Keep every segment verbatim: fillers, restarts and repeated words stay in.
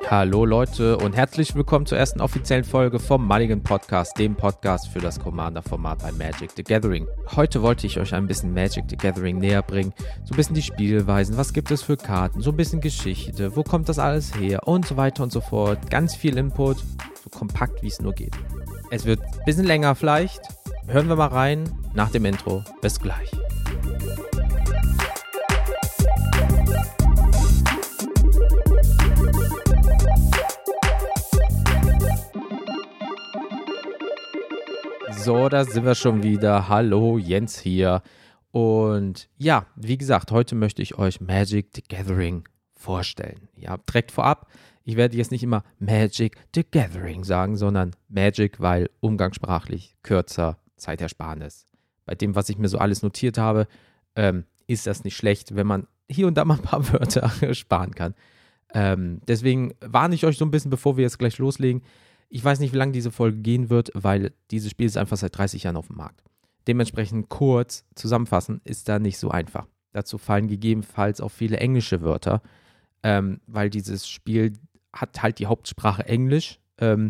Hallo Leute und herzlich willkommen zur ersten offiziellen Folge vom Mulligan Podcast, dem Podcast für das Commander-Format bei Magic the Gathering. Heute wollte ich euch ein bisschen Magic the Gathering näher bringen, so ein bisschen die Spielweisen, was gibt es für Karten, so ein bisschen Geschichte, wo kommt das alles her und so weiter und so fort. Ganz viel Input, so kompakt wie es nur geht. Es wird ein bisschen länger vielleicht. Hören wir mal rein nach dem Intro. Bis gleich. So, da sind wir schon wieder. Hallo, Jens hier. Und ja, wie gesagt, heute möchte ich euch Magic the Gathering vorstellen. Ja, direkt vorab, ich werde jetzt nicht immer Magic the Gathering sagen, sondern Magic, weil umgangssprachlich kürzer, Zeitersparnis. Bei dem, was ich mir so alles notiert habe, ähm, ist das nicht schlecht, wenn man hier und da mal ein paar Wörter sparen kann. Ähm, deswegen warne ich euch so ein bisschen, bevor wir jetzt gleich loslegen. Ich weiß nicht, wie lange diese Folge gehen wird, weil dieses Spiel ist einfach seit dreißig Jahren auf dem Markt. Dementsprechend kurz zusammenfassen ist da nicht so einfach. Dazu fallen gegebenenfalls auch viele englische Wörter, ähm, weil dieses Spiel hat halt die Hauptsprache Englisch. Ähm,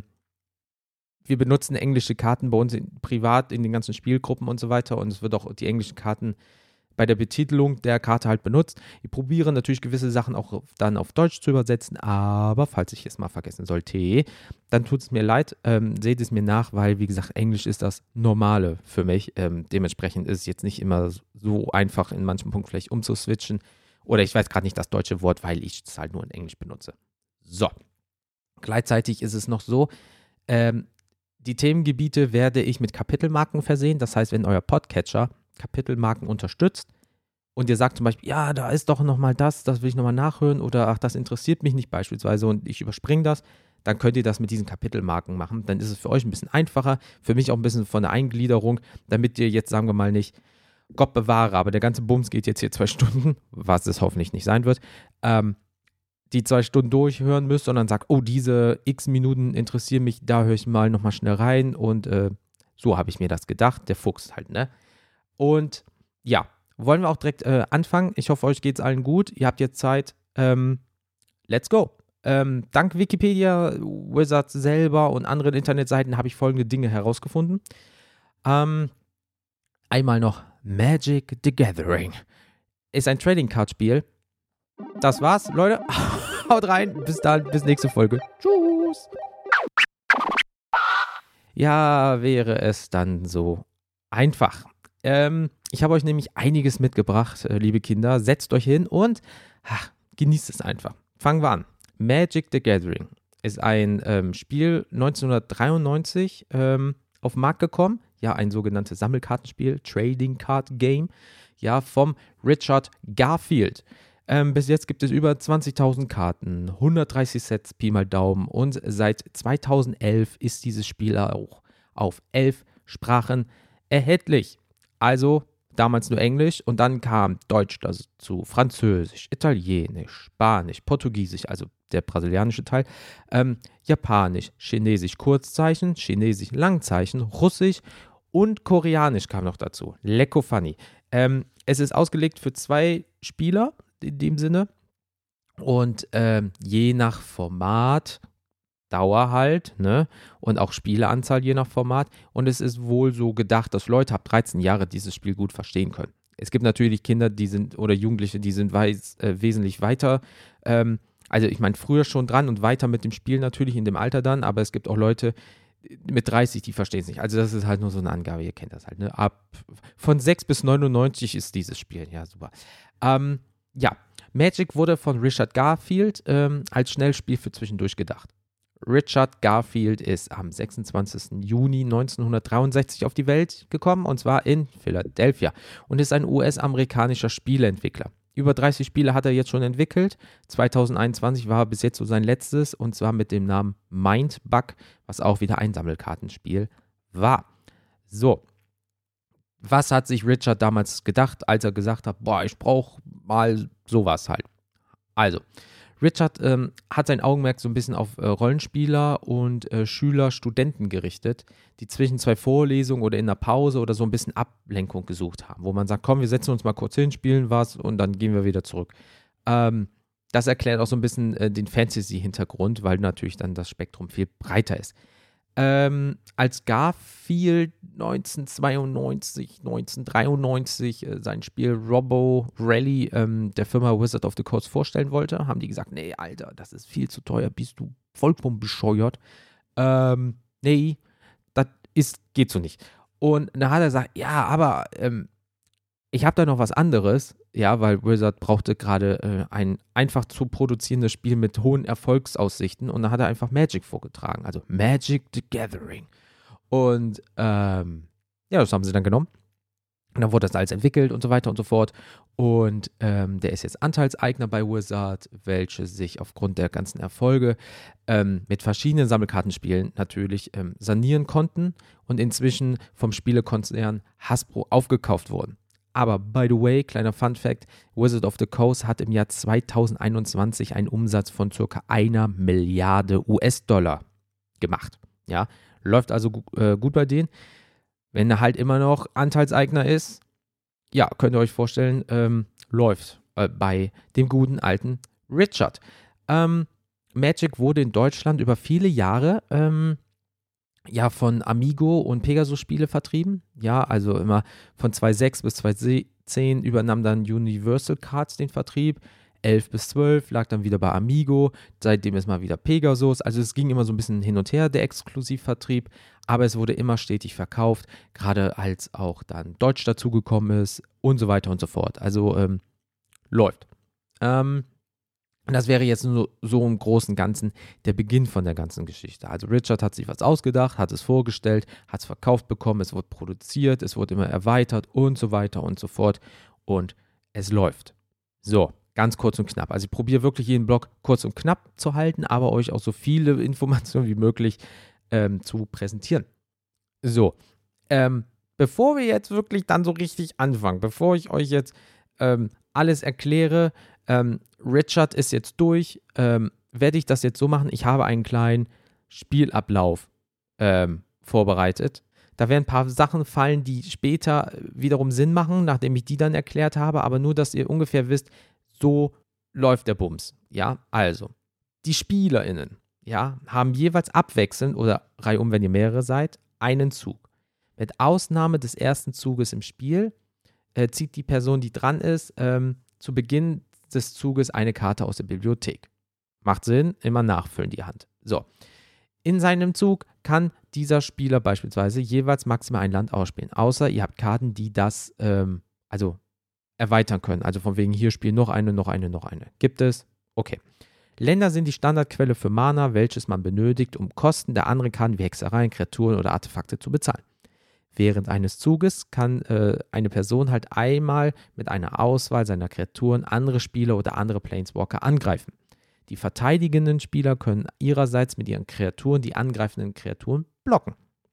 wir benutzen englische Karten bei uns in, privat in den ganzen Spielgruppen und so weiter und es wird auch die englischen Karten bei der Betitelung der Karte halt benutzt. Wir probieren natürlich gewisse Sachen auch dann auf Deutsch zu übersetzen, aber falls ich es mal vergessen sollte, dann tut es mir leid, ähm, seht es mir nach, weil wie gesagt, Englisch ist das Normale für mich. Ähm, dementsprechend ist es jetzt nicht immer so einfach in manchen Punkten vielleicht umzuswitchen oder ich weiß gerade nicht das deutsche Wort, weil ich es halt nur in Englisch benutze. So, gleichzeitig ist es noch so, ähm, die Themengebiete werde ich mit Kapitelmarken versehen, das heißt, wenn euer Podcatcher Kapitelmarken unterstützt und ihr sagt zum Beispiel, ja, da ist doch nochmal das, das will ich nochmal nachhören oder ach, das interessiert mich nicht beispielsweise und ich überspringe das, dann könnt ihr das mit diesen Kapitelmarken machen. Dann ist es für euch ein bisschen einfacher, für mich auch ein bisschen von der Eingliederung, damit ihr jetzt, sagen wir mal nicht, Gott bewahre, aber der ganze Bums geht jetzt hier zwei Stunden, was es hoffentlich nicht sein wird, ähm, die zwei Stunden durchhören müsst, sondern sagt, oh, diese x Minuten interessieren mich, da höre ich mal nochmal schnell rein und äh, so habe ich mir das gedacht, der Fuchs halt, ne? Und ja, wollen wir auch direkt äh, anfangen. Ich hoffe, euch geht es allen gut. Ihr habt jetzt Zeit. Ähm, let's go. Ähm, dank Wikipedia, Wizards selber und anderen Internetseiten habe ich folgende Dinge herausgefunden. Ähm, einmal noch Magic the Gathering. Ist ein Trading-Card-Spiel. Das war's, Leute. Haut rein. Bis dann. Bis nächste Folge. Tschüss. Ja, wäre es dann so einfach. Ähm, ich habe euch nämlich einiges mitgebracht, äh, liebe Kinder. Setzt euch hin und ach, genießt es einfach. Fangen wir an. Magic the Gathering ist ein ähm, Spiel neunzehnhundertdreiundneunzig ähm, auf den Markt gekommen. Ja, ein sogenanntes Sammelkartenspiel, Trading Card Game, ja, vom Richard Garfield. Ähm, bis jetzt gibt es über zwanzigtausend Karten, hundertdreißig Sets, Pi mal Daumen und seit zweitausendelf ist dieses Spiel auch auf elf Sprachen erhältlich. Also damals nur Englisch und dann kam Deutsch dazu, Französisch, Italienisch, Spanisch, Portugiesisch, also der brasilianische Teil, ähm, Japanisch, Chinesisch Kurzzeichen, Chinesisch Langzeichen, Russisch und Koreanisch kam noch dazu. Lecko funny. Ähm, es ist ausgelegt für zwei Spieler in dem Sinne und ähm, je nach Format Dauer halt, ne? Und auch Spieleanzahl je nach Format. Und es ist wohl so gedacht, dass Leute ab dreizehn Jahre dieses Spiel gut verstehen können. Es gibt natürlich Kinder, die sind, oder Jugendliche, die sind weiß, äh, wesentlich weiter, ähm, also ich meine früher schon dran und weiter mit dem Spiel natürlich in dem Alter dann, aber es gibt auch Leute mit dreißig, die verstehen es nicht. Also das ist halt nur so eine Angabe, ihr kennt das halt, ne? Ab von sechs bis neunundneunzig ist dieses Spiel, ja super. Ähm, ja, Magic wurde von Richard Garfield ähm, als Schnellspiel für zwischendurch gedacht. Richard Garfield ist am sechsundzwanzigsten Juni neunzehnhundertdreiundsechzig auf die Welt gekommen und zwar in Philadelphia und ist ein U S-amerikanischer Spieleentwickler. Über dreißig Spiele hat er jetzt schon entwickelt. zweitausendeinundzwanzig war bis jetzt so sein letztes und zwar mit dem Namen Mindbug, was auch wieder ein Sammelkartenspiel war. So, was hat sich Richard damals gedacht, als er gesagt hat, boah, ich brauche mal sowas halt. Also, Richard ähm, hat sein Augenmerk so ein bisschen auf äh, Rollenspieler und äh, Schüler, Studenten gerichtet, die zwischen zwei Vorlesungen oder in der Pause oder so ein bisschen Ablenkung gesucht haben, wo man sagt, komm, wir setzen uns mal kurz hin, spielen was und dann gehen wir wieder zurück. Ähm, das erklärt auch so ein bisschen äh, den Fantasy-Hintergrund, weil natürlich dann das Spektrum viel breiter ist. Ähm, als Garfield neunzehnhundertzweiundneunzig, neunzehnhundertdreiundneunzig äh, sein Spiel Robo Rally ähm, der Firma Wizard of the Coast vorstellen wollte, haben die gesagt, nee, Alter, das ist viel zu teuer, bist du vollkommen bescheuert. Ähm, nee, das ist, geht so nicht. Und dann hat er gesagt, ja, aber ähm, ich habe da noch was anderes, ja, weil Wizard brauchte gerade äh, ein einfach zu produzierendes Spiel mit hohen Erfolgsaussichten und dann hat er einfach Magic vorgetragen, also Magic the Gathering. Und ähm, ja, das haben sie dann genommen. Und dann wurde das alles entwickelt und so weiter und so fort. Und ähm, der ist jetzt Anteilseigner bei Wizard, welche sich aufgrund der ganzen Erfolge ähm, mit verschiedenen Sammelkartenspielen natürlich ähm, sanieren konnten und inzwischen vom Spielekonzern Hasbro aufgekauft wurden. Aber by the way, kleiner Fun-Fact, Wizard of the Coast hat im Jahr zweitausendeinundzwanzig einen Umsatz von ca. einer Milliarde U S-Dollar gemacht. Ja, läuft also gu- äh, gut bei denen. Wenn er halt immer noch Anteilseigner ist, ja, könnt ihr euch vorstellen, ähm, läuft äh, bei dem guten alten Richard. Ähm, Magic wurde in Deutschland über viele Jahre ähm, ja von Amigo und Pegasus Spiele vertrieben. Ja, also immer von zweitausendsechs bis zweitausendzehn übernahm dann Universal Cards den Vertrieb. elf bis zwölf lag dann wieder bei Amigo, seitdem ist mal wieder Pegasus. Also es ging immer so ein bisschen hin und her, der Exklusivvertrieb, aber es wurde immer stetig verkauft, gerade als auch dann Deutsch dazugekommen ist und so weiter und so fort. Also ähm, läuft. Ähm, und das wäre jetzt nur so im Großen und Ganzen der Beginn von der ganzen Geschichte. Also Richard hat sich was ausgedacht, hat es vorgestellt, hat es verkauft bekommen, es wurde produziert, es wurde immer erweitert und so weiter und so fort. Und es läuft. So, ganz kurz und knapp. Also ich probiere wirklich jeden Blog kurz und knapp zu halten, aber euch auch so viele Informationen wie möglich ähm, zu präsentieren. So, ähm, bevor wir jetzt wirklich dann so richtig anfangen, bevor ich euch jetzt ähm, alles erkläre, ähm, Richard ist jetzt durch, ähm, werde ich das jetzt so machen, ich habe einen kleinen Spielablauf ähm, vorbereitet. Da werden ein paar Sachen fallen, die später wiederum Sinn machen, nachdem ich die dann erklärt habe, aber nur, dass ihr ungefähr wisst, so läuft der Bums. Ja, also, die SpielerInnen, ja, haben jeweils abwechselnd oder reihum, wenn ihr mehrere seid, einen Zug. Mit Ausnahme des ersten Zuges im Spiel äh, zieht die Person, die dran ist, ähm, zu Beginn des Zuges eine Karte aus der Bibliothek. Macht Sinn, immer nachfüllen die Hand. So. In seinem Zug kann dieser Spieler beispielsweise jeweils maximal ein Land ausspielen, außer ihr habt Karten, die das ähm, also erweitern können. Also von wegen hier spielen noch eine, noch eine, noch eine. Gibt es? Okay. Länder sind die Standardquelle für Mana, welches man benötigt, um Kosten der anderen Karten wie Hexereien, Kreaturen oder Artefakte zu bezahlen. Während eines Zuges kann äh, eine Person halt einmal mit einer Auswahl seiner Kreaturen andere Spieler oder andere Planeswalker angreifen. Die verteidigenden Spieler können ihrerseits mit ihren Kreaturen die angreifenden Kreaturen blocken.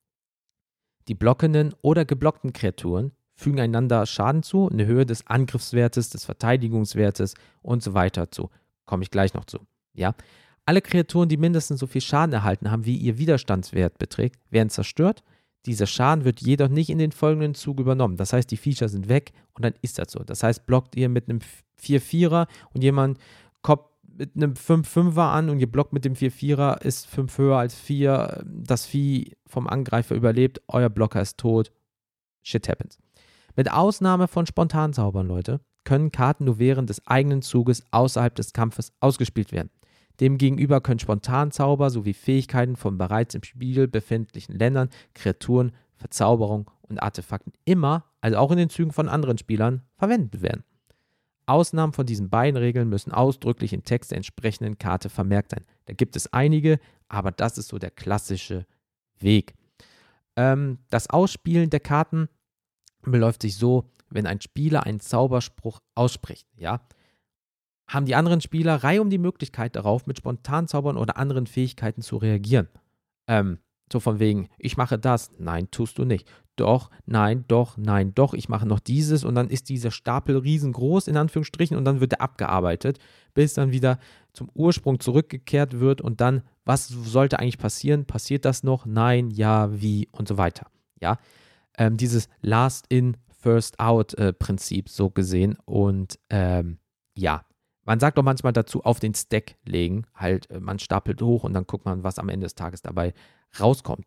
Die blockenden oder geblockten Kreaturen fügen einander Schaden zu, in der Höhe des Angriffswertes, des Verteidigungswertes und so weiter zu. Komme ich gleich noch zu. Ja? Alle Kreaturen, die mindestens so viel Schaden erhalten haben, wie ihr Widerstandswert beträgt, werden zerstört. Dieser Schaden wird jedoch nicht in den folgenden Zug übernommen. Das heißt, die Feature sind weg und dann ist das so. Das heißt, blockt ihr mit einem vier Vierer und jemand kommt mit einem fünf Fünfer an und ihr blockt mit dem vier Vierer, ist fünf höher als vier, das Vieh vom Angreifer überlebt, euer Blocker ist tot, shit happens. Mit Ausnahme von Spontanzaubern, Leute, können Karten nur während des eigenen Zuges außerhalb des Kampfes ausgespielt werden. Demgegenüber können Spontanzauber sowie Fähigkeiten von bereits im Spiel befindlichen Ländern, Kreaturen, Verzauberungen und Artefakten immer, also auch in den Zügen von anderen Spielern, verwendet werden. Ausnahmen von diesen beiden Regeln müssen ausdrücklich im Text der entsprechenden Karte vermerkt sein. Da gibt es einige, aber das ist so der klassische Weg. Ähm, das Ausspielen der Karten beläuft sich so, wenn ein Spieler einen Zauberspruch ausspricht, ja, haben die anderen Spieler reihum die Möglichkeit darauf, mit Spontanzaubern oder anderen Fähigkeiten zu reagieren. Ähm, so von wegen, ich mache das, nein, tust du nicht. Doch, nein, doch, nein, doch, ich mache noch dieses und dann ist dieser Stapel riesengroß, in Anführungsstrichen, und dann wird er abgearbeitet, bis dann wieder zum Ursprung zurückgekehrt wird und dann, was sollte eigentlich passieren? Passiert das noch? Nein, ja, wie und so weiter. Ja, ähm, dieses Last in, First out äh, Prinzip so gesehen und ähm, ja, Man sagt doch manchmal dazu, auf den Stack legen, halt, äh, man stapelt hoch und dann guckt man, was am Ende des Tages dabei rauskommt.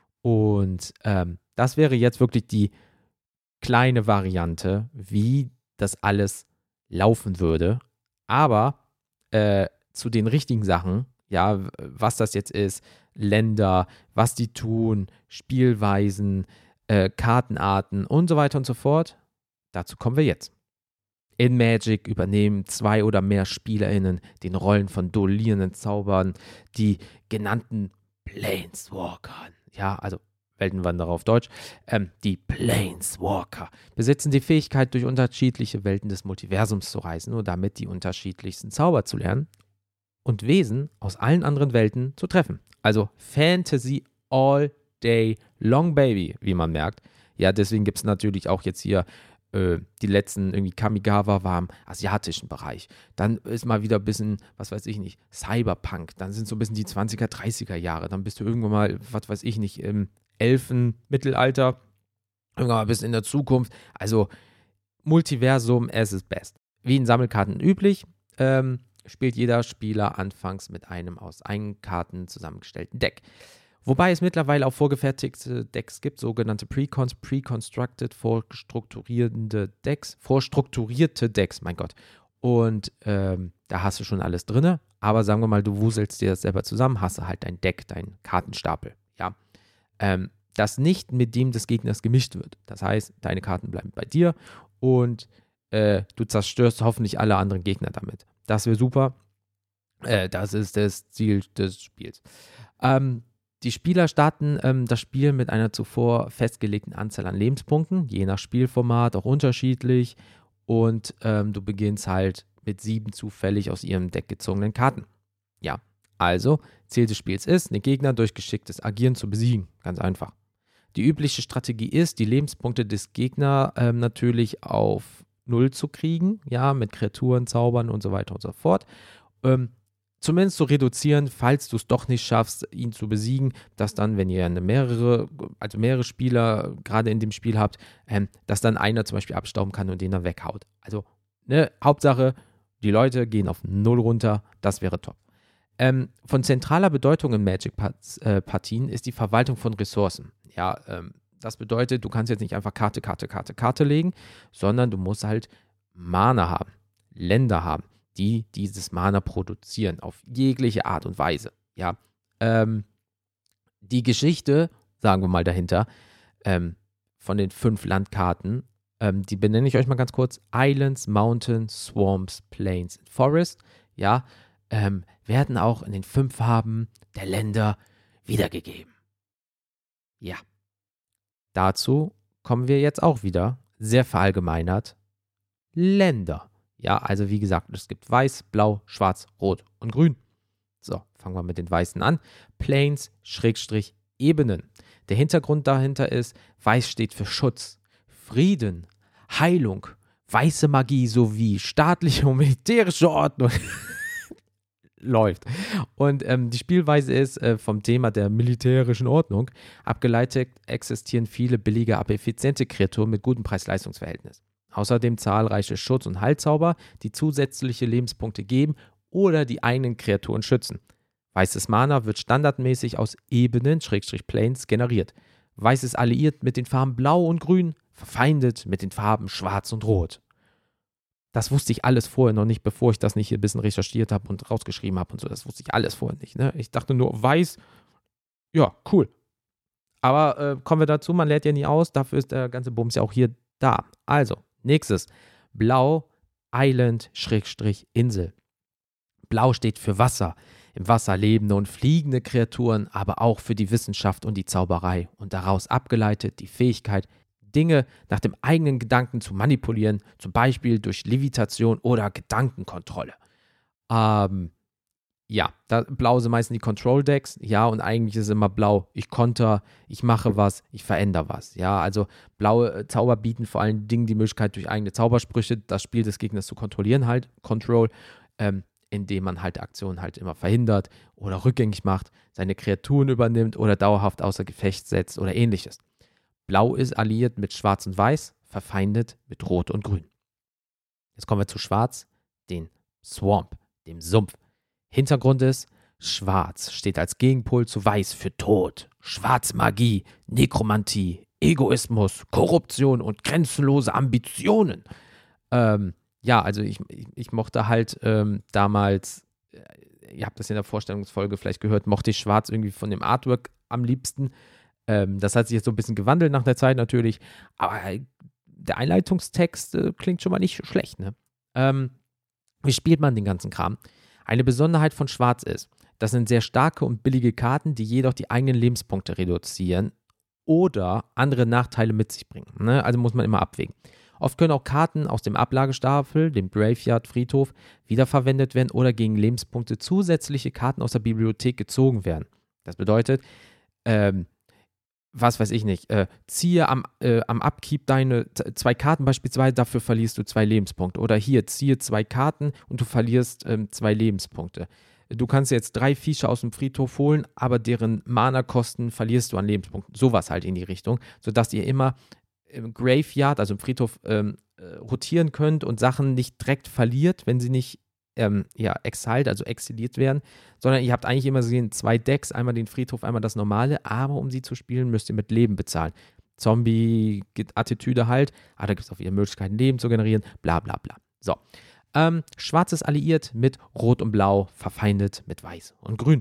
Und ähm, das wäre jetzt wirklich die kleine Variante, wie das alles laufen würde. Aber äh, zu den richtigen Sachen, ja, w- was das jetzt ist, Länder, was die tun, Spielweisen, äh, Kartenarten und so weiter und so fort, dazu kommen wir jetzt. In Magic übernehmen zwei oder mehr SpielerInnen den Rollen von duellierenden Zaubern, die genannten Planeswalkern. Ja, also Weltenwanderer auf Deutsch. Ähm, die Planeswalker besitzen die Fähigkeit, durch unterschiedliche Welten des Multiversums zu reisen und damit die unterschiedlichsten Zauber zu lernen und Wesen aus allen anderen Welten zu treffen. Also Fantasy all day long, baby, wie man merkt. Ja, deswegen gibt es natürlich auch jetzt hier äh, die letzten, irgendwie Kamigawa war im asiatischen Bereich. Dann ist mal wieder ein bisschen, was weiß ich nicht, Cyberpunk. Dann sind so ein bisschen die zwanziger, dreißiger Jahre. Dann bist du irgendwann mal, was weiß ich nicht, im Elfenmittelalter. Irgendwann mal ein bisschen in der Zukunft. Also Multiversum as is best. Wie in Sammelkarten üblich, ähm, spielt jeder Spieler anfangs mit einem aus Eigenkarten zusammengestellten Deck. Wobei es mittlerweile auch vorgefertigte Decks gibt, sogenannte Precon Pre-Constructed, vorstrukturierende Decks, vorstrukturierte Decks, mein Gott. Und ähm, da hast du schon alles drin, aber sagen wir mal, du wuselst dir das selber zusammen, hast du halt dein Deck, deinen Kartenstapel, ja. Ähm, das nicht mit dem des Gegners gemischt wird. Das heißt, deine Karten bleiben bei dir und äh, du zerstörst hoffentlich alle anderen Gegner damit. Das wäre super. Äh, das ist das Ziel des Spiels. Ähm, die Spieler starten ähm, das Spiel mit einer zuvor festgelegten Anzahl an Lebenspunkten, je nach Spielformat auch unterschiedlich. Und ähm, du beginnst halt mit sieben zufällig aus ihrem Deck gezogenen Karten. Ja, also Ziel des Spiels ist, den Gegner durch geschicktes Agieren zu besiegen. Ganz einfach. Die übliche Strategie ist, die Lebenspunkte des Gegners ähm, natürlich auf Null zu kriegen, ja, mit Kreaturen, Zaubern und so weiter und so fort. Ähm, zumindest zu reduzieren, falls du es doch nicht schaffst, ihn zu besiegen, dass dann, wenn ihr eine mehrere, also mehrere Spieler gerade in dem Spiel habt, ähm, dass dann einer zum Beispiel abstauben kann und den dann weghaut. Also, ne, Hauptsache, die Leute gehen auf Null runter, das wäre top. Ähm, von zentraler Bedeutung in Magic-Partien ist die Verwaltung von Ressourcen. Ja, ähm, das bedeutet, du kannst jetzt nicht einfach Karte, Karte, Karte, Karte legen, sondern du musst halt Mana haben, Länder haben, die dieses Mana produzieren, auf jegliche Art und Weise. Ja, ähm, die Geschichte, sagen wir mal dahinter, ähm, von den fünf Landkarten, ähm, die benenne ich euch mal ganz kurz: Islands, Mountains, Swamps, Plains und Forest. Ja, ähm, werden auch in den fünf Farben der Länder wiedergegeben. Ja, dazu kommen wir jetzt auch wieder, sehr verallgemeinert, Länder. Ja, also wie gesagt, es gibt Weiß, Blau, Schwarz, Rot und Grün. So, fangen wir mit den Weißen an. Plains, Schrägstrich, Ebenen. Der Hintergrund dahinter ist, Weiß steht für Schutz, Frieden, Heilung, weiße Magie sowie staatliche und militärische Ordnung. Läuft. Und ähm, die Spielweise ist äh, vom Thema der militärischen Ordnung abgeleitet, existieren viele billige, aber effiziente Kreaturen mit gutem Preis-Leistungs-Verhältnis. Außerdem zahlreiche Schutz- und Heilzauber, die zusätzliche Lebenspunkte geben oder die eigenen Kreaturen schützen. Weißes Mana wird standardmäßig aus Ebenen, Schrägstrich Planes, generiert. Weiß ist alliiert mit den Farben Blau und Grün, verfeindet mit den Farben Schwarz und Rot. Das wusste ich alles vorher noch nicht, bevor ich das nicht hier ein bisschen recherchiert habe und rausgeschrieben habe und so. Das wusste ich alles vorher nicht. Ne? Ich dachte nur, weiß, ja, cool. Aber äh, kommen wir dazu, man lernt ja nie aus. Dafür ist der ganze Bums ja auch hier da. Also, nächstes. Blau, Island, Schrägstrich, Insel. Blau steht für Wasser. Im Wasser lebende und fliegende Kreaturen, aber auch für die Wissenschaft und die Zauberei. Und daraus abgeleitet die Fähigkeit, Dinge nach dem eigenen Gedanken zu manipulieren, zum Beispiel durch Levitation oder Gedankenkontrolle. Ähm, ja, da, blau sind meistens die Control-Decks, ja, und eigentlich ist es immer blau, ich konter, ich mache was, ich verändere was, ja, also blaue äh, Zauber bieten vor allen Dingen die Möglichkeit, durch eigene Zaubersprüche das Spiel des Gegners zu kontrollieren halt, Control, ähm, indem man halt Aktionen halt immer verhindert oder rückgängig macht, seine Kreaturen übernimmt oder dauerhaft außer Gefecht setzt oder ähnliches. Blau ist alliiert mit Schwarz und Weiß, verfeindet mit Rot und Grün. Jetzt kommen wir zu Schwarz, den Swamp, dem Sumpf. Hintergrund ist, schwarz steht als Gegenpol zu weiß für Tod, Schwarzmagie, Nekromantie, Egoismus, Korruption und grenzenlose Ambitionen. Ähm, ja, also ich, ich, ich mochte halt ähm, damals, äh, ihr habt das in der Vorstellungsfolge vielleicht gehört, mochte ich schwarz irgendwie von dem Artwork am liebsten. Ähm, das hat sich jetzt so ein bisschen gewandelt nach der Zeit natürlich, aber der Einleitungstext äh, klingt schon mal nicht schlecht, ne? Ähm, wie spielt man den ganzen Kram? Eine Besonderheit von Schwarz ist, das sind sehr starke und billige Karten, die jedoch die eigenen Lebenspunkte reduzieren oder andere Nachteile mit sich bringen. Ne? Also muss man immer abwägen. Oft können auch Karten aus dem Ablagestapel, dem Graveyard, Friedhof, wiederverwendet werden oder gegen Lebenspunkte zusätzliche Karten aus der Bibliothek gezogen werden. Das bedeutet, ähm, was weiß ich nicht, äh, ziehe am, äh, am Upkeep deine t- zwei Karten beispielsweise, dafür verlierst du zwei Lebenspunkte. Oder hier, ziehe zwei Karten und du verlierst ähm, zwei Lebenspunkte. Du kannst jetzt drei Viecher aus dem Friedhof holen, aber deren Mana-Kosten verlierst du an Lebenspunkten. Sowas halt in die Richtung, sodass ihr immer im Graveyard, also im Friedhof, ähm, äh, rotieren könnt und Sachen nicht direkt verliert, wenn sie nicht ähm, ja, exiled, also exiliert werden, sondern ihr habt eigentlich immer gesehen, zwei Decks, einmal den Friedhof, einmal das normale, aber um sie zu spielen, müsst ihr mit Leben bezahlen. Zombie-Attitüde halt, aber da gibt es auch wieder Möglichkeiten, Leben zu generieren, bla bla bla. So. Ähm, Schwarz ist alliiert mit Rot und Blau, verfeindet mit Weiß und Grün.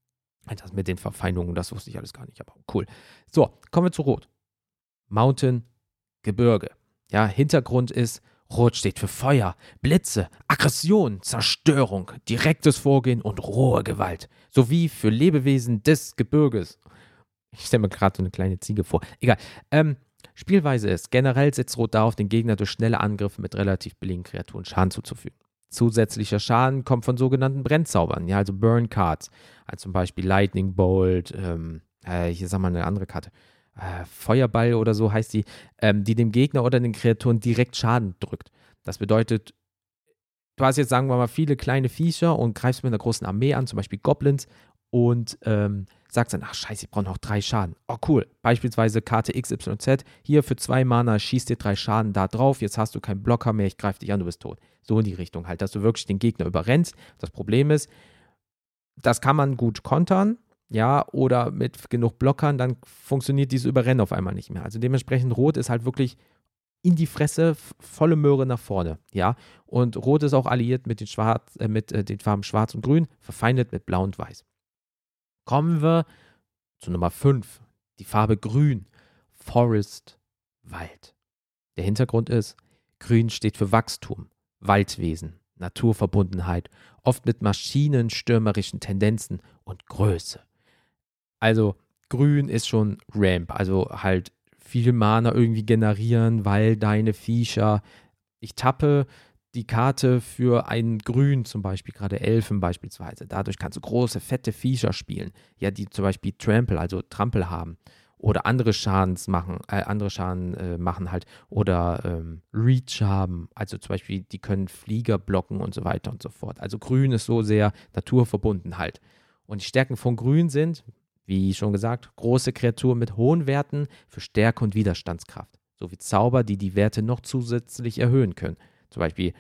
Das mit den Verfeindungen, das wusste ich alles gar nicht, aber cool. So, kommen wir zu Rot. Mountain, Gebirge. Ja, Hintergrund ist, Rot steht für Feuer, Blitze, Aggression, Zerstörung, direktes Vorgehen und rohe Gewalt. Sowie für Lebewesen des Gebirges. Ich stelle mir gerade so eine kleine Ziege vor. Egal. Ähm, Spielweise ist, generell setzt Rot darauf, den Gegner durch schnelle Angriffe mit relativ billigen Kreaturen Schaden zuzufügen. Zusätzlicher Schaden kommt von sogenannten Brennzaubern, ja, also Burn Cards, also zum Beispiel Lightning Bolt, ähm, äh, hier sagen wir eine andere Karte, äh, Feuerball oder so heißt die, ähm, die dem Gegner oder den Kreaturen direkt Schaden drückt. Das bedeutet, du hast jetzt, sagen wir mal, viele kleine Viecher und greifst mit einer großen Armee an, zum Beispiel Goblins, und ähm, sagst dann, ach scheiße, ich brauche noch drei Schaden. Oh cool, beispielsweise Karte X Y Z, hier für zwei Mana schießt dir drei Schaden da drauf, jetzt hast du keinen Blocker mehr, ich greife dich an, du bist tot. So in die Richtung halt, dass du wirklich den Gegner überrennst. Das Problem ist, das kann man gut kontern, ja, oder mit genug Blockern, dann funktioniert dieses Überrennen auf einmal nicht mehr. Also dementsprechend Rot ist halt wirklich in die Fresse, volle Möhre nach vorne, ja. Und Rot ist auch alliiert mit den, Schwarz, äh, mit, äh, den Farben Schwarz und Grün, verfeindet mit Blau und Weiß. Kommen wir zu Nummer fünf, die Farbe Grün, Forest, Wald. Der Hintergrund ist, Grün steht für Wachstum, Waldwesen, Naturverbundenheit, oft mit maschinenstürmerischen Tendenzen und Größe. Also Grün ist schon Ramp, also halt viel Mana irgendwie generieren, weil deine Viecher, ich tappe die Karte für einen Grün, zum Beispiel gerade Elfen beispielsweise. Dadurch kannst du große, fette Viecher spielen, ja, die zum Beispiel Trample, also Trampel haben. Oder andere Schadens machen, äh, andere Schaden äh, machen halt. Oder ähm, Reach haben, also zum Beispiel, die können Flieger blocken und so weiter und so fort. Also Grün ist so sehr naturverbunden halt. Und die Stärken von Grün sind, wie schon gesagt, große Kreaturen mit hohen Werten für Stärke und Widerstandskraft. Sowie Zauber, die die Werte noch zusätzlich erhöhen können. Zum Beispiel,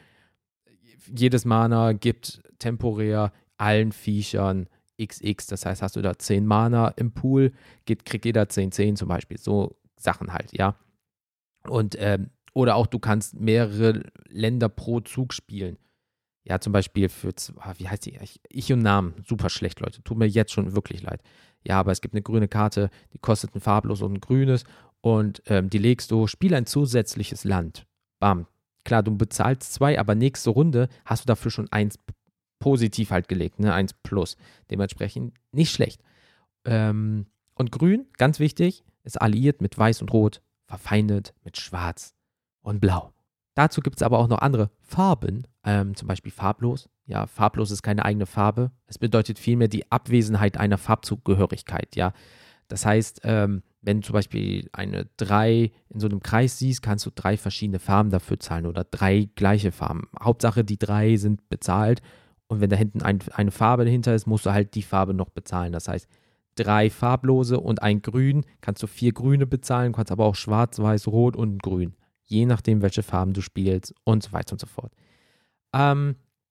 jedes Mana gibt temporär allen Viechern X X, das heißt, hast du da zehn Mana im Pool, geht, kriegt jeder zehn zehn zum Beispiel, so Sachen halt, ja. Und, ähm, oder auch du kannst mehrere Länder pro Zug spielen. Ja, zum Beispiel für, wie heißt die? Ich, ich und Namen, super schlecht, Leute, tut mir jetzt schon wirklich leid. Ja, aber es gibt eine grüne Karte, die kostet ein farblos und ein grünes und ähm, die legst du, spiel ein zusätzliches Land. Bam. Klar, du bezahlst zwei, aber nächste Runde hast du dafür schon eins positiv halt gelegt, ne, eins plus. Dementsprechend nicht schlecht. Ähm, und grün, ganz wichtig, ist alliiert mit weiß und rot, verfeindet mit schwarz und blau. Dazu gibt es aber auch noch andere Farben, ähm, zum Beispiel farblos. Ja, farblos ist keine eigene Farbe. Es bedeutet vielmehr die Abwesenheit einer Farbzugehörigkeit, ja. Das heißt, ähm, wenn du zum Beispiel eine drei in so einem Kreis siehst, kannst du drei verschiedene Farben dafür zahlen oder drei gleiche Farben. Hauptsache, die drei sind bezahlt und wenn da hinten ein, eine Farbe dahinter ist, musst du halt die Farbe noch bezahlen. Das heißt, drei farblose und ein grün, kannst du vier grüne bezahlen, kannst aber auch schwarz, weiß, rot und grün. Je nachdem, welche Farben du spielst und so weiter und so fort. Ähm,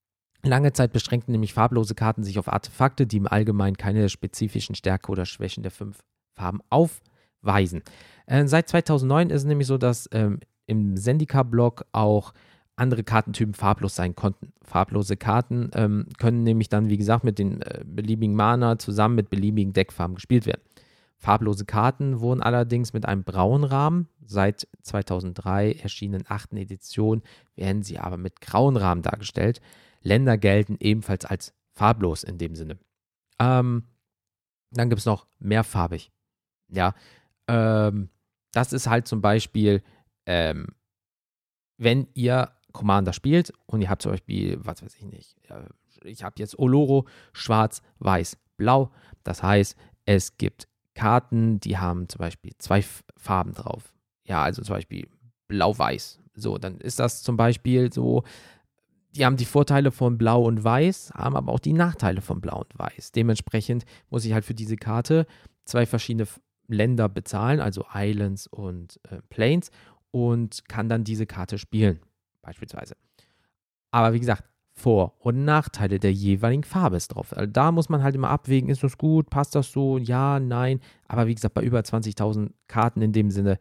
Lange Zeit beschränkten nämlich farblose Karten sich auf Artefakte, die im Allgemeinen keine spezifischen Stärke oder Schwächen der fünf Farben aufweisen. Äh, seit zweitausendneun ist es nämlich so, dass ähm, im Zendika-Block auch andere Kartentypen farblos sein konnten. Farblose Karten ähm, können nämlich dann, wie gesagt, mit den äh, beliebigen Mana zusammen mit beliebigen Deckfarben gespielt werden. Farblose Karten wurden allerdings mit einem braunen Rahmen. Seit zweitausenddrei erschienenen achten Edition werden sie aber mit grauen Rahmen dargestellt. Länder gelten ebenfalls als farblos in dem Sinne. Ähm, dann gibt es noch mehrfarbig. Ja, ähm, das ist halt zum Beispiel, ähm, wenn ihr Commander spielt und ihr habt zum Beispiel, was weiß ich nicht, ich habe jetzt Oloro, schwarz, weiß, blau. Das heißt, es gibt Karten, die haben zum Beispiel zwei Farben drauf. Ja, also zum Beispiel blau-weiß. So, dann ist das zum Beispiel so, die haben die Vorteile von Blau und Weiß, haben aber auch die Nachteile von Blau und Weiß. Dementsprechend muss ich halt für diese Karte zwei verschiedene Länder bezahlen, also Islands und äh, Plains, und kann dann diese Karte spielen, beispielsweise. Aber wie gesagt, Vor- und Nachteile der jeweiligen Farbe ist drauf. Also da muss man halt immer abwägen, ist das gut, passt das so, ja, nein. Aber wie gesagt, bei über zwanzigtausend Karten in dem Sinne,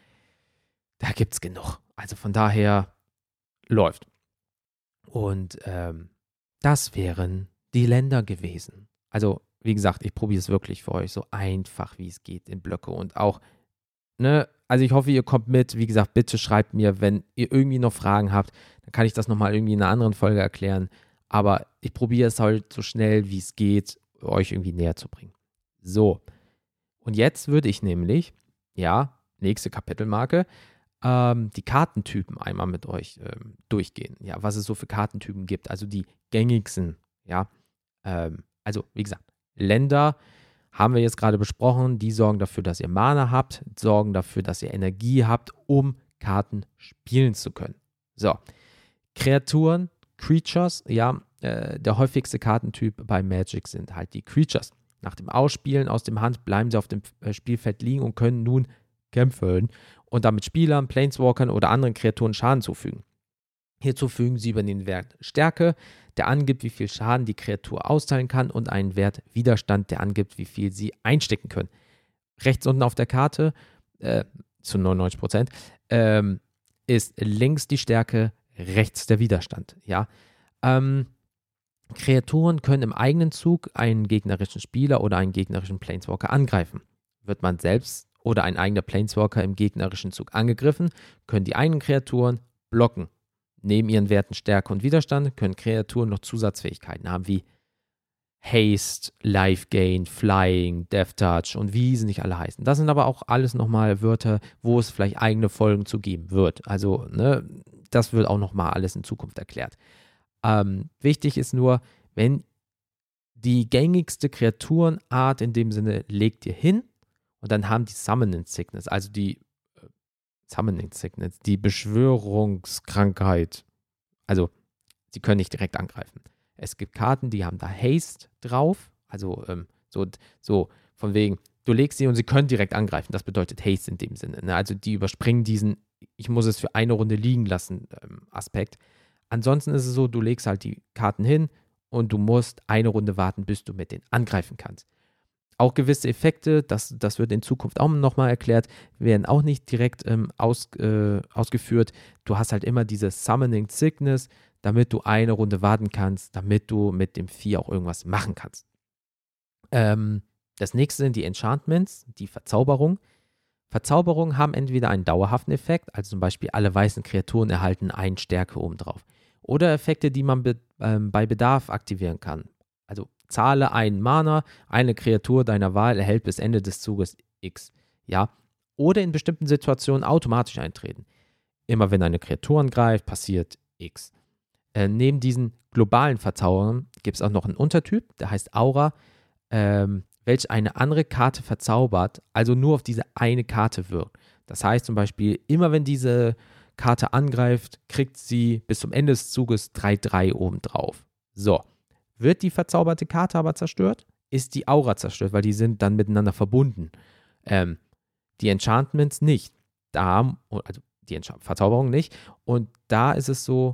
da gibt es genug. Also von daher läuft. Und ähm, das wären die Länder gewesen. Also, wie gesagt, ich probiere es wirklich für euch so einfach, wie es geht in Blöcke. Und auch, ne, also ich hoffe, ihr kommt mit. Wie gesagt, bitte schreibt mir, wenn ihr irgendwie noch Fragen habt, dann kann ich das nochmal irgendwie in einer anderen Folge erklären. Aber ich probiere es halt so schnell, wie es geht, euch irgendwie näher zu bringen. So. Und jetzt würde ich nämlich, ja, nächste Kapitelmarke, ähm, die Kartentypen einmal mit euch ähm, durchgehen. Ja, was es so für Kartentypen gibt. Also die gängigsten, ja. Ähm, also, wie gesagt, Länder haben wir jetzt gerade besprochen. Die sorgen dafür, dass ihr Mana habt, sorgen dafür, dass ihr Energie habt, um Karten spielen zu können. So. Kreaturen, Creatures, ja, äh, der häufigste Kartentyp bei Magic sind halt die Creatures. Nach dem Ausspielen aus dem Hand bleiben sie auf dem äh, Spielfeld liegen und können nun kämpfen und damit Spielern, Planeswalkern oder anderen Kreaturen Schaden zufügen. Hierzu fügen sie über den Wert Stärke, der angibt, wie viel Schaden die Kreatur austeilen kann, und einen Wert Widerstand, der angibt, wie viel sie einstecken können. Rechts unten auf der Karte, äh, zu neunundneunzig Prozent, ähm, ist links die Stärke, rechts der Widerstand. Ja? Ähm, Kreaturen können im eigenen Zug einen gegnerischen Spieler oder einen gegnerischen Planeswalker angreifen. Wird man selbst oder ein eigener Planeswalker im gegnerischen Zug angegriffen, können die eigenen Kreaturen blocken. Neben ihren Werten Stärke und Widerstand können Kreaturen noch Zusatzfähigkeiten haben, wie Haste, Life Gain, Flying, Death Touch und wie sie nicht alle heißen. Das sind aber auch alles nochmal Wörter, wo es vielleicht eigene Folgen zu geben wird. Also, ne, das wird auch nochmal alles in Zukunft erklärt. Ähm, wichtig ist nur, wenn die gängigste Kreaturenart in dem Sinne legt ihr hin, und dann haben die Summoning Sickness, also die äh, Summoning Sickness, die Beschwörungskrankheit. Also, sie können nicht direkt angreifen. Es gibt Karten, die haben da Haste drauf, also ähm, so, so von wegen, du legst sie und sie können direkt angreifen. Das bedeutet Haste in dem Sinne. Ne? Also die überspringen diesen, ich muss es für eine Runde liegen lassen, ähm, Aspekt. Ansonsten ist es so, du legst halt die Karten hin und du musst eine Runde warten, bis du mit denen angreifen kannst. Auch gewisse Effekte, das, das wird in Zukunft auch nochmal erklärt, werden auch nicht direkt ähm, aus, äh, ausgeführt. Du hast halt immer diese Summoning Sickness, damit du eine Runde warten kannst, damit du mit dem Vieh auch irgendwas machen kannst. Ähm, das nächste sind die Enchantments, die Verzauberung. Verzauberungen haben entweder einen dauerhaften Effekt, also zum Beispiel alle weißen Kreaturen erhalten eine Stärke obendrauf, oder Effekte, die man be ähm, bei Bedarf aktivieren kann. Also zahle einen Mana, eine Kreatur deiner Wahl erhält bis Ende des Zuges X. Ja? Oder in bestimmten Situationen automatisch eintreten. Immer wenn eine Kreatur angreift, passiert X. Äh, neben diesen globalen Verzauberern gibt es auch noch einen Untertyp, der heißt Aura, ähm, welch eine andere Karte verzaubert, also nur auf diese eine Karte wirkt. Das heißt zum Beispiel, immer wenn diese Karte angreift, kriegt sie bis zum Ende des Zuges drei drei obendrauf. So, wird die verzauberte Karte aber zerstört, ist die Aura zerstört, weil die sind dann miteinander verbunden. Ähm, die Enchantments nicht. Da, also die Enchant- Verzauberung nicht. Und da ist es so,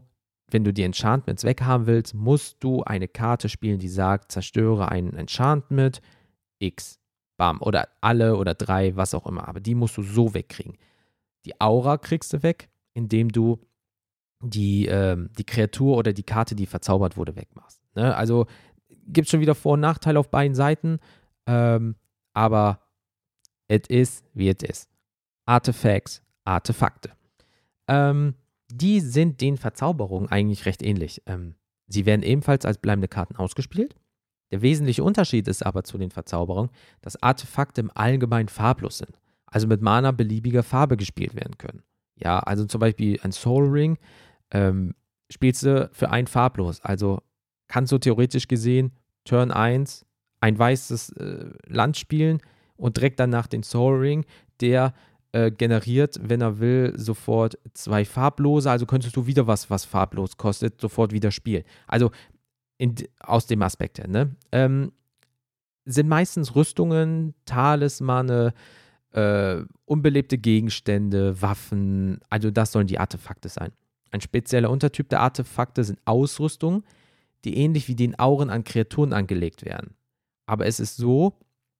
wenn du die Enchantments weghaben willst, musst du eine Karte spielen, die sagt, zerstöre ein Enchantment X. Bam. Oder alle oder drei, was auch immer. Aber die musst du so wegkriegen. Die Aura kriegst du weg, indem du die, ähm, die Kreatur oder die Karte, die verzaubert wurde, wegmachst. Ne? Also gibt es schon wieder Vor- und Nachteile auf beiden Seiten. Ähm, aber es ist, wie es ist. Artifacts, Artefakte. Ähm, die sind den Verzauberungen eigentlich recht ähnlich. Ähm, sie werden ebenfalls als bleibende Karten ausgespielt. Der wesentliche Unterschied ist aber zu den Verzauberungen, dass Artefakte im Allgemeinen farblos sind. Also mit Mana beliebiger Farbe gespielt werden können. Ja, also zum Beispiel ein Soul Ring ähm, spielst du für ein farblos. Also kannst du theoretisch gesehen Turn eins ein weißes äh, Land spielen und direkt danach den Soul Ring, der äh, generiert, wenn er will, sofort zwei farblose. Also könntest du wieder was, was farblos kostet, sofort wieder spielen. Also in, aus dem Aspekt her, ne? Ähm, sind meistens Rüstungen, Talismane, äh, unbelebte Gegenstände, Waffen, also das sollen die Artefakte sein. Ein spezieller Untertyp der Artefakte sind Ausrüstungen, die ähnlich wie den Auren an Kreaturen angelegt werden. Aber es ist so,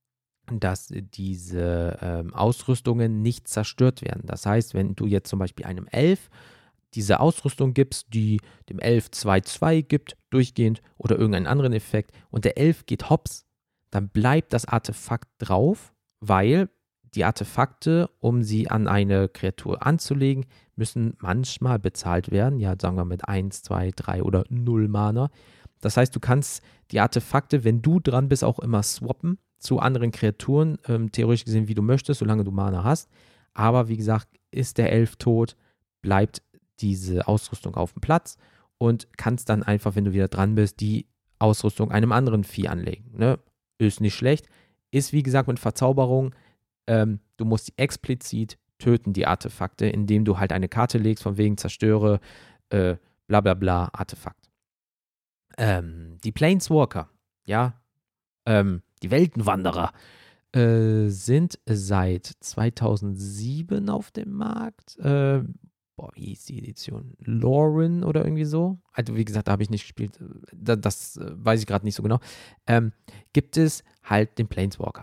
dass diese ähm, Ausrüstungen nicht zerstört werden. Das heißt, wenn du jetzt zum Beispiel einem Elf diese Ausrüstung gibst, die dem Elf zwei zwei gibt, durchgehend, oder irgendeinen anderen Effekt, und der Elf geht hops, dann bleibt das Artefakt drauf, weil die Artefakte, um sie an eine Kreatur anzulegen, müssen manchmal bezahlt werden, ja, sagen wir mit eins, zwei, drei oder null Mana. Das heißt, du kannst die Artefakte, wenn du dran bist, auch immer swappen zu anderen Kreaturen, ähm, theoretisch gesehen, wie du möchtest, solange du Mana hast. Aber wie gesagt, ist der Elf tot, bleibt diese Ausrüstung auf dem Platz und kannst dann einfach, wenn du wieder dran bist, die Ausrüstung einem anderen Vieh anlegen. Ne? Ist nicht schlecht. Ist wie gesagt mit Verzauberung, ähm, du musst die explizit töten, die Artefakte, indem du halt eine Karte legst, von wegen zerstöre, äh, bla bla bla, Artefakt. Ähm, die Planeswalker, ja, ähm, die Weltenwanderer, äh, sind seit zweitausendsieben auf dem Markt. Äh, boah, wie hieß die Edition? Lauren oder irgendwie so? Also, wie gesagt, da habe ich nicht gespielt. Das, das äh, weiß ich gerade nicht so genau. Ähm, gibt es halt den Planeswalker.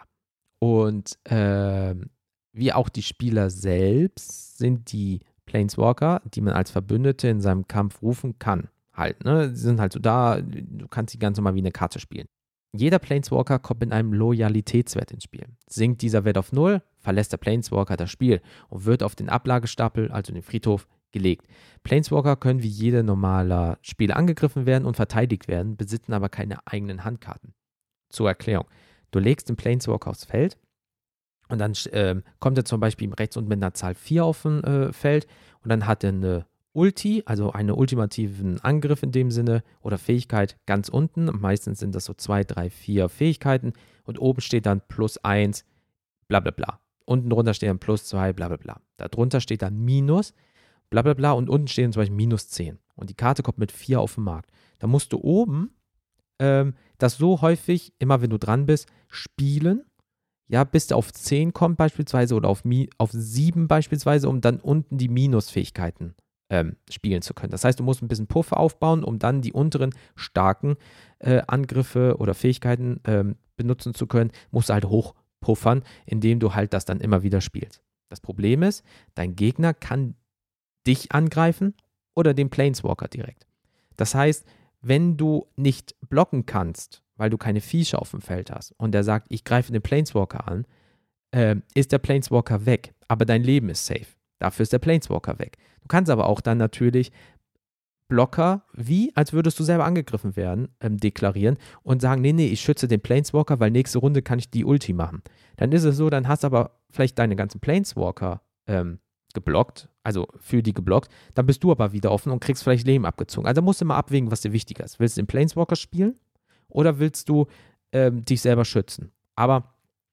Und ähm, wie auch die Spieler selbst sind die Planeswalker, die man als Verbündete in seinem Kampf rufen kann. Halt, ne? Sie sind halt so da, du kannst die ganz normal wie eine Karte spielen. Jeder Planeswalker kommt mit einem Loyalitätswert ins Spiel. Sinkt dieser Wert auf null, verlässt der Planeswalker das Spiel und wird auf den Ablagestapel, also den Friedhof, gelegt. Planeswalker können wie jeder normaler Spieler angegriffen werden und verteidigt werden, besitzen aber keine eigenen Handkarten. Zur Erklärung. Du legst den Planeswalker aufs Feld und dann äh, kommt er zum Beispiel rechts unten mit einer Zahl vier auf dem äh, Feld und dann hat er eine Ulti, also einen ultimativen Angriff in dem Sinne oder Fähigkeit ganz unten. Meistens sind das so zwei, drei, vier Fähigkeiten und oben steht dann plus eins, bla bla bla. Unten drunter steht dann plus zwei, bla bla bla. Darunter steht dann minus, bla bla bla und unten steht dann zum Beispiel minus zehn. Und die Karte kommt mit vier auf den Markt. Da musst du oben ähm, das so häufig, immer wenn du dran bist, spielen, ja, bis du auf zehn kommt beispielsweise oder auf, Mi- auf sieben beispielsweise, um dann unten die Minusfähigkeiten ähm, spielen zu können. Das heißt, du musst ein bisschen Puffer aufbauen, um dann die unteren starken äh, Angriffe oder Fähigkeiten ähm, benutzen zu können, musst du halt hochpuffern, indem du halt das dann immer wieder spielst. Das Problem ist, dein Gegner kann dich angreifen oder den Planeswalker direkt. Das heißt, wenn du nicht blocken kannst, weil du keine Viecher auf dem Feld hast und der sagt, ich greife den Planeswalker an, äh, ist der Planeswalker weg, aber dein Leben ist safe. Dafür ist der Planeswalker weg. Du kannst aber auch dann natürlich Blocker, wie als würdest du selber angegriffen werden, ähm, deklarieren und sagen, nee, nee, ich schütze den Planeswalker, weil nächste Runde kann ich die Ulti machen. Dann ist es so, dann hast du aber vielleicht deine ganzen Planeswalker ähm, geblockt, also für die geblockt, dann bist du aber wieder offen und kriegst vielleicht Leben abgezogen. Also musst du mal abwägen, was dir wichtiger ist. Willst du den Planeswalker spielen oder willst du ähm, dich selber schützen? Aber,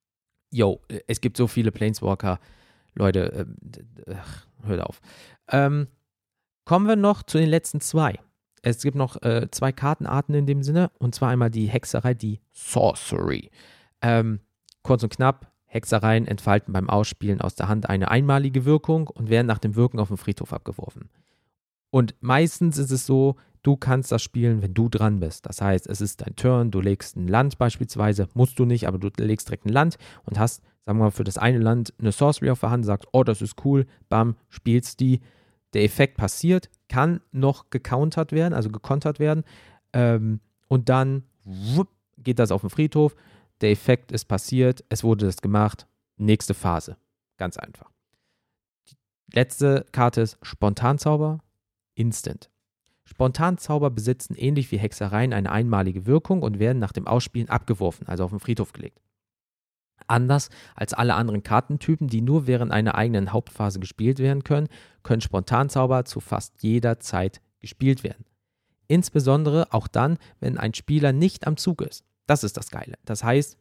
yo, es gibt so viele Planeswalker, Leute, äh, ach, hört auf. Ähm, kommen wir noch zu den letzten zwei. Es gibt noch äh, zwei Kartenarten in dem Sinne, und zwar einmal die Hexerei, die Sorcery. Ähm, kurz und knapp, Hexereien entfalten beim Ausspielen aus der Hand eine einmalige Wirkung und werden nach dem Wirken auf den Friedhof abgeworfen. Und meistens ist es so, du kannst das spielen, wenn du dran bist. Das heißt, es ist dein Turn, du legst ein Land beispielsweise, musst du nicht, aber du legst direkt ein Land und hast, sagen wir mal, für das eine Land eine Sorcery auf der Hand, sagst, oh, das ist cool, bam, spielst die. Der Effekt passiert, kann noch gecountert werden, also gekontert werden. Ähm, und dann wupp, geht das auf den Friedhof. Der Effekt ist passiert, es wurde das gemacht. Nächste Phase. Ganz einfach. Die letzte Karte ist Spontanzauber, Instant. Spontanzauber besitzen ähnlich wie Hexereien eine einmalige Wirkung und werden nach dem Ausspielen abgeworfen, also auf den Friedhof gelegt. Anders als alle anderen Kartentypen, die nur während einer eigenen Hauptphase gespielt werden können, können Spontanzauber zu fast jeder Zeit gespielt werden. Insbesondere auch dann, wenn ein Spieler nicht am Zug ist. Das ist das Geile. Das heißt,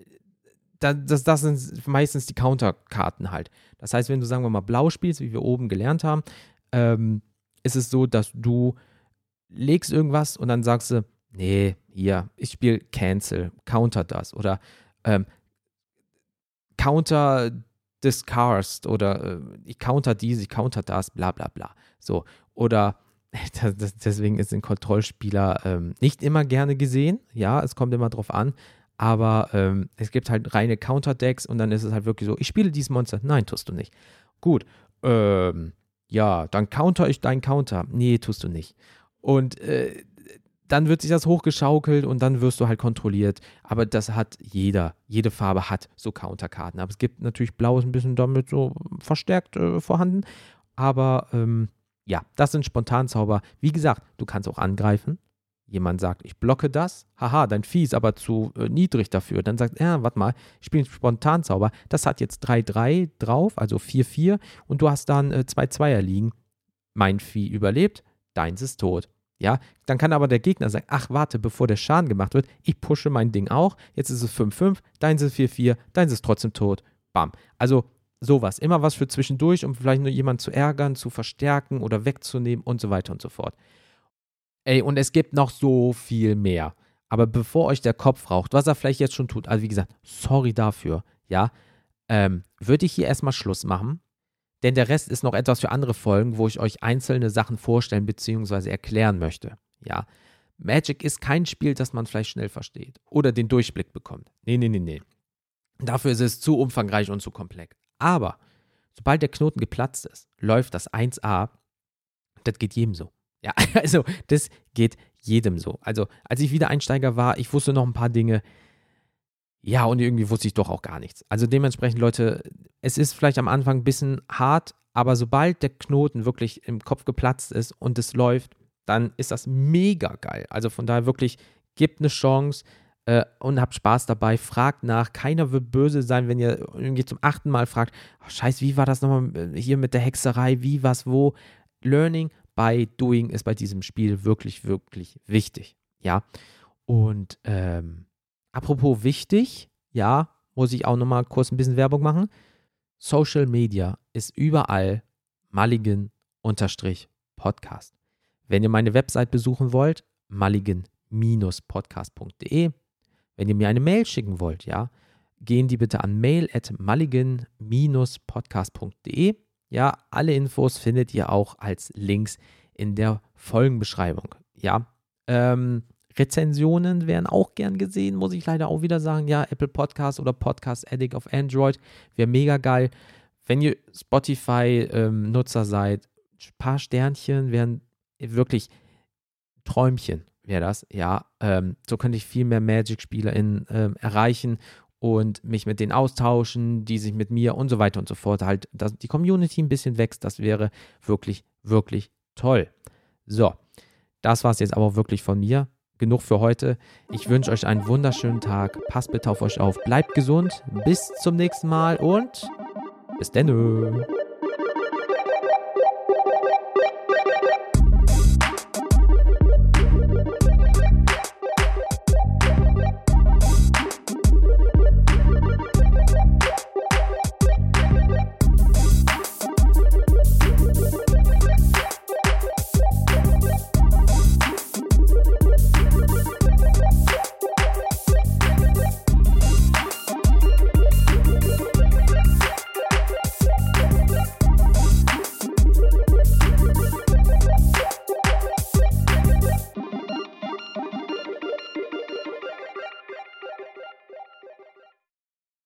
das, das sind meistens die Counterkarten halt. Das heißt, wenn du, sagen wir mal, blau spielst, wie wir oben gelernt haben, ähm, ist es so, dass du legst irgendwas und dann sagst du, nee, hier, ich spiele Cancel, counter das oder ähm, Counter Discard oder äh, ich counter dies, ich counter das, bla bla bla. So, oder das, das, deswegen ist ein Kontrollspieler ähm, nicht immer gerne gesehen, ja, es kommt immer drauf an, aber ähm, es gibt halt reine Counter-Decks und dann ist es halt wirklich so, ich spiele dieses Monster, nein, tust du nicht. Gut, ähm, ja, dann counter ich deinen Counter, nee, tust du nicht. Und äh, dann wird sich das hochgeschaukelt und dann wirst du halt kontrolliert. Aber das hat jeder. Jede Farbe hat so Counterkarten. Aber es gibt natürlich Blau ist ein bisschen damit so verstärkt äh, vorhanden. Aber ähm, ja, das sind Spontanzauber. Wie gesagt, du kannst auch angreifen. Jemand sagt, ich blocke das. Haha, dein Vieh ist aber zu äh, niedrig dafür. Dann sagt er, ja, warte mal, ich spiele einen Spontanzauber. Das hat jetzt drei drei drauf, also vier vier. Und du hast dann äh, zwei Zweier liegen. Mein Vieh überlebt, deins ist tot. Ja, dann kann aber der Gegner sagen, ach warte, bevor der Schaden gemacht wird, ich pushe mein Ding auch, jetzt ist es fünf fünf, deins ist vier vier, deins ist trotzdem tot, bam. Also sowas, immer was für zwischendurch, um vielleicht nur jemanden zu ärgern, zu verstärken oder wegzunehmen und so weiter und so fort. Ey, und es gibt noch so viel mehr. Aber bevor euch der Kopf raucht, was er vielleicht jetzt schon tut, also wie gesagt, sorry dafür, ja, ähm, würde ich hier erstmal Schluss machen. Denn der Rest ist noch etwas für andere Folgen, wo ich euch einzelne Sachen vorstellen bzw. erklären möchte. Ja, Magic ist kein Spiel, das man vielleicht schnell versteht oder den Durchblick bekommt. Nee, nee, nee, nee. Dafür ist es zu umfangreich und zu komplex. Aber sobald der Knoten geplatzt ist, läuft das eins a. Das geht jedem so. Ja, also das geht jedem so. Also als ich Wiedereinsteiger war, ich wusste noch ein paar Dinge. Ja, und irgendwie wusste ich doch auch gar nichts. Also dementsprechend, Leute, es ist vielleicht am Anfang ein bisschen hart, aber sobald der Knoten wirklich im Kopf geplatzt ist und es läuft, dann ist das mega geil. Also von daher wirklich, gebt eine Chance äh, und habt Spaß dabei. Fragt nach. Keiner wird böse sein, wenn ihr irgendwie zum achten Mal fragt, oh, scheiße, wie war das nochmal hier mit der Hexerei, wie, was, wo. Learning by doing ist bei diesem Spiel wirklich, wirklich wichtig. Ja, und ähm, apropos wichtig, ja, muss ich auch nochmal kurz ein bisschen Werbung machen. Social Media ist überall Mulligan-Podcast. Wenn ihr meine Website besuchen wollt, mulligan Bindestrich podcast punkt de. Wenn ihr mir eine Mail schicken wollt, ja, gehen die bitte an mail at mulligan Bindestrich podcast punkt de. Ja, alle Infos findet ihr auch als Links in der Folgenbeschreibung. Ja, ähm, Rezensionen werden auch gern gesehen, muss ich leider auch wieder sagen. Ja, Apple Podcast oder Podcast Addict auf Android wäre mega geil. Wenn ihr Spotify-Nutzer ähm, seid, ein paar Sternchen wären wirklich Träumchen, wäre das. Ja, ähm, so könnte ich viel mehr Magic-SpielerInnen ähm, erreichen und mich mit denen austauschen, die sich mit mir und so weiter und so fort halt, dass die Community ein bisschen wächst. Das wäre wirklich, wirklich toll. So, das war es jetzt aber wirklich von mir. Genug für heute. Ich wünsche euch einen wunderschönen Tag. Passt bitte auf euch auf. Bleibt gesund. Bis zum nächsten Mal und bis dann.